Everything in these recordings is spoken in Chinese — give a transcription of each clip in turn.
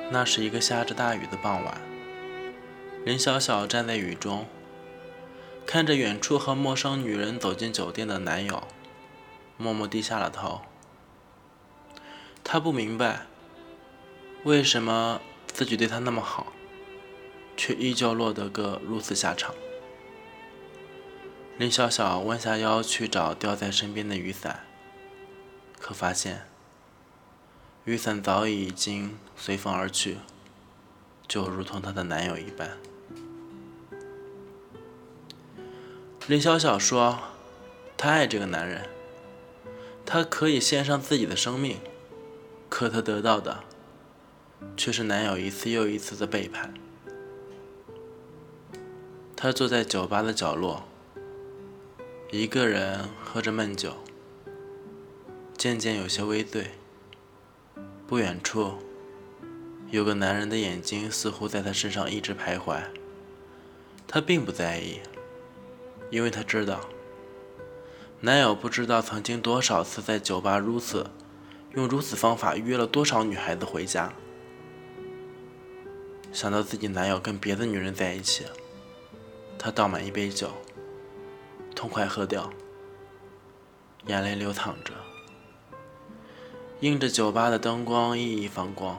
那是一个下着大雨的傍晚，林小小站在雨中，看着远处和陌生女人走进酒店的男友，默默低下了头。她不明白，为什么自己对他那么好，却依旧落得个如此下场。林小小弯下腰去找掉在身边的雨伞，可发现雨伞早已经随风而去，就如同她的男友一般。林小小说，她爱这个男人，她可以献上自己的生命，可她得到的却是男友一次又一次的背叛。她坐在酒吧的角落，一个人喝着闷酒，渐渐有些微醉。不远处，有个男人的眼睛似乎在她身上一直徘徊。她并不在意，因为她知道，男友不知道曾经多少次在酒吧用如此方法约了多少女孩子回家。想到自己男友跟别的女人在一起，她倒满一杯酒，痛快喝掉，眼泪流淌着，映着酒吧的灯光熠熠放光。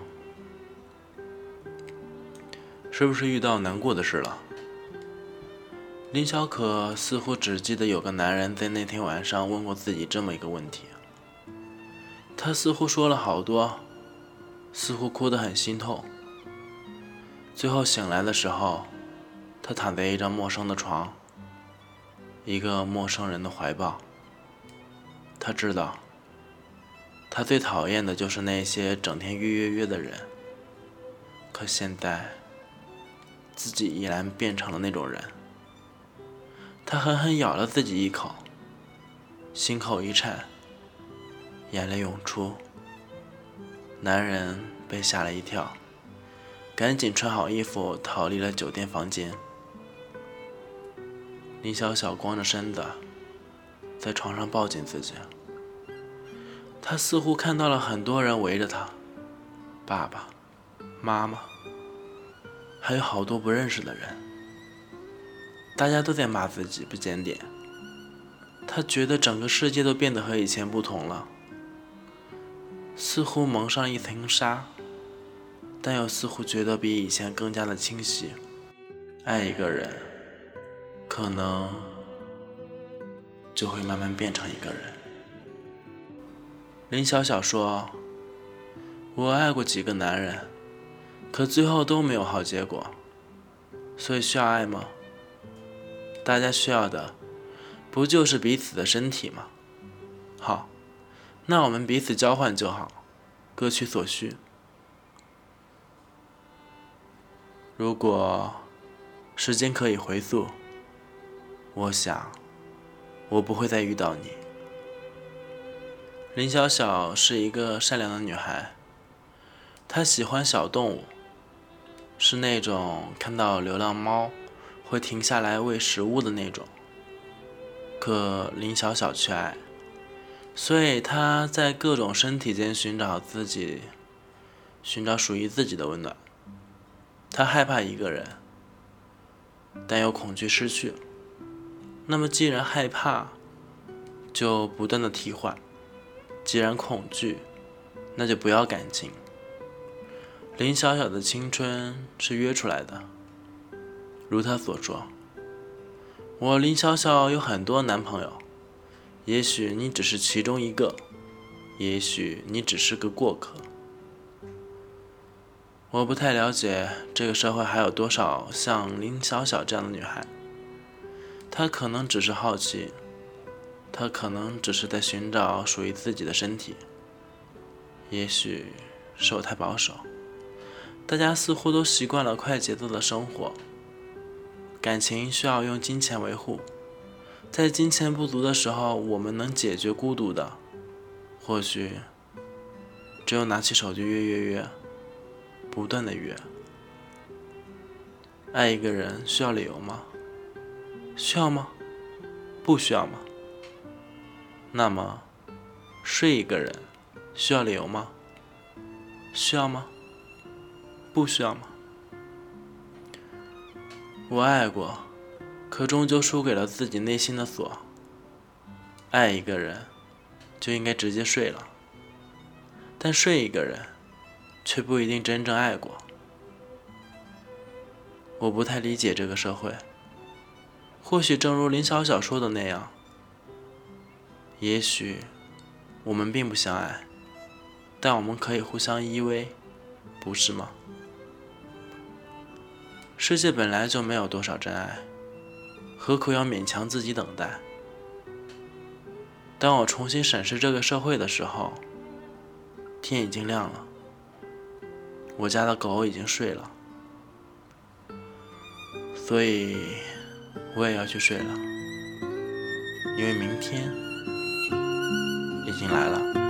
是不是遇到难过的事了？林小可似乎只记得有个男人在那天晚上问过自己这么一个问题，他似乎说了好多，似乎哭得很心痛。最后醒来的时候，他躺在一张陌生的床，一个陌生人的怀抱。他知道，他最讨厌的就是那些整天约的人，可现在自己已然变成了那种人。他狠狠咬了自己一口，心口一颤，眼泪涌出。男人被吓了一跳，赶紧穿好衣服逃离了酒店房间。林小小光着身子在床上抱紧自己，他似乎看到了很多人围着他，爸爸、妈妈，还有好多不认识的人，大家都在骂自己不检点。他觉得整个世界都变得和以前不同了，似乎蒙上一层纱，但又似乎觉得比以前更加的清晰。爱一个人，可能就会慢慢变成一个人。林小小说，我爱过几个男人，可最后都没有好结果，所以需要爱吗？大家需要的不就是彼此的身体吗？好，那我们彼此交换就好，各取所需。如果时间可以回溯，我想我不会再遇到你。林小小是一个善良的女孩，她喜欢小动物，是那种看到流浪猫会停下来喂食物的那种。可林小小却爱，所以她在各种身体间寻找属于自己的温暖。她害怕一个人，但又恐惧失去。那么既然害怕，就不断的替换；既然恐惧，那就不要感情。林小小的青春是约出来的，如她所说，我林小小有很多男朋友，也许你只是其中一个，也许你只是个过客。我不太了解这个社会还有多少像林小小这样的女孩，她可能只是好奇，她可能只是在寻找属于自己的身体，也许是我太保守。大家似乎都习惯了快节奏的生活，感情需要用金钱维护，在金钱不足的时候，我们能解决孤独的，或许只有拿起手机约，不断的约。爱一个人需要理由吗？需要吗？不需要吗？那么睡一个人需要理由吗？需要吗？ 不需要吗？我爱过，可终究输给了自己内心的锁。爱一个人，就应该直接睡了，但睡一个人，却不一定真正爱过。我不太理解这个社会，或许正如林小小说的那样，也许我们并不相爱，但我们可以互相依偎，不是吗？世界本来就没有多少真爱，何苦要勉强自己等待？当我重新审视这个社会的时候，天已经亮了，我家的狗已经睡了，所以我也要去睡了，因为明天已经来了。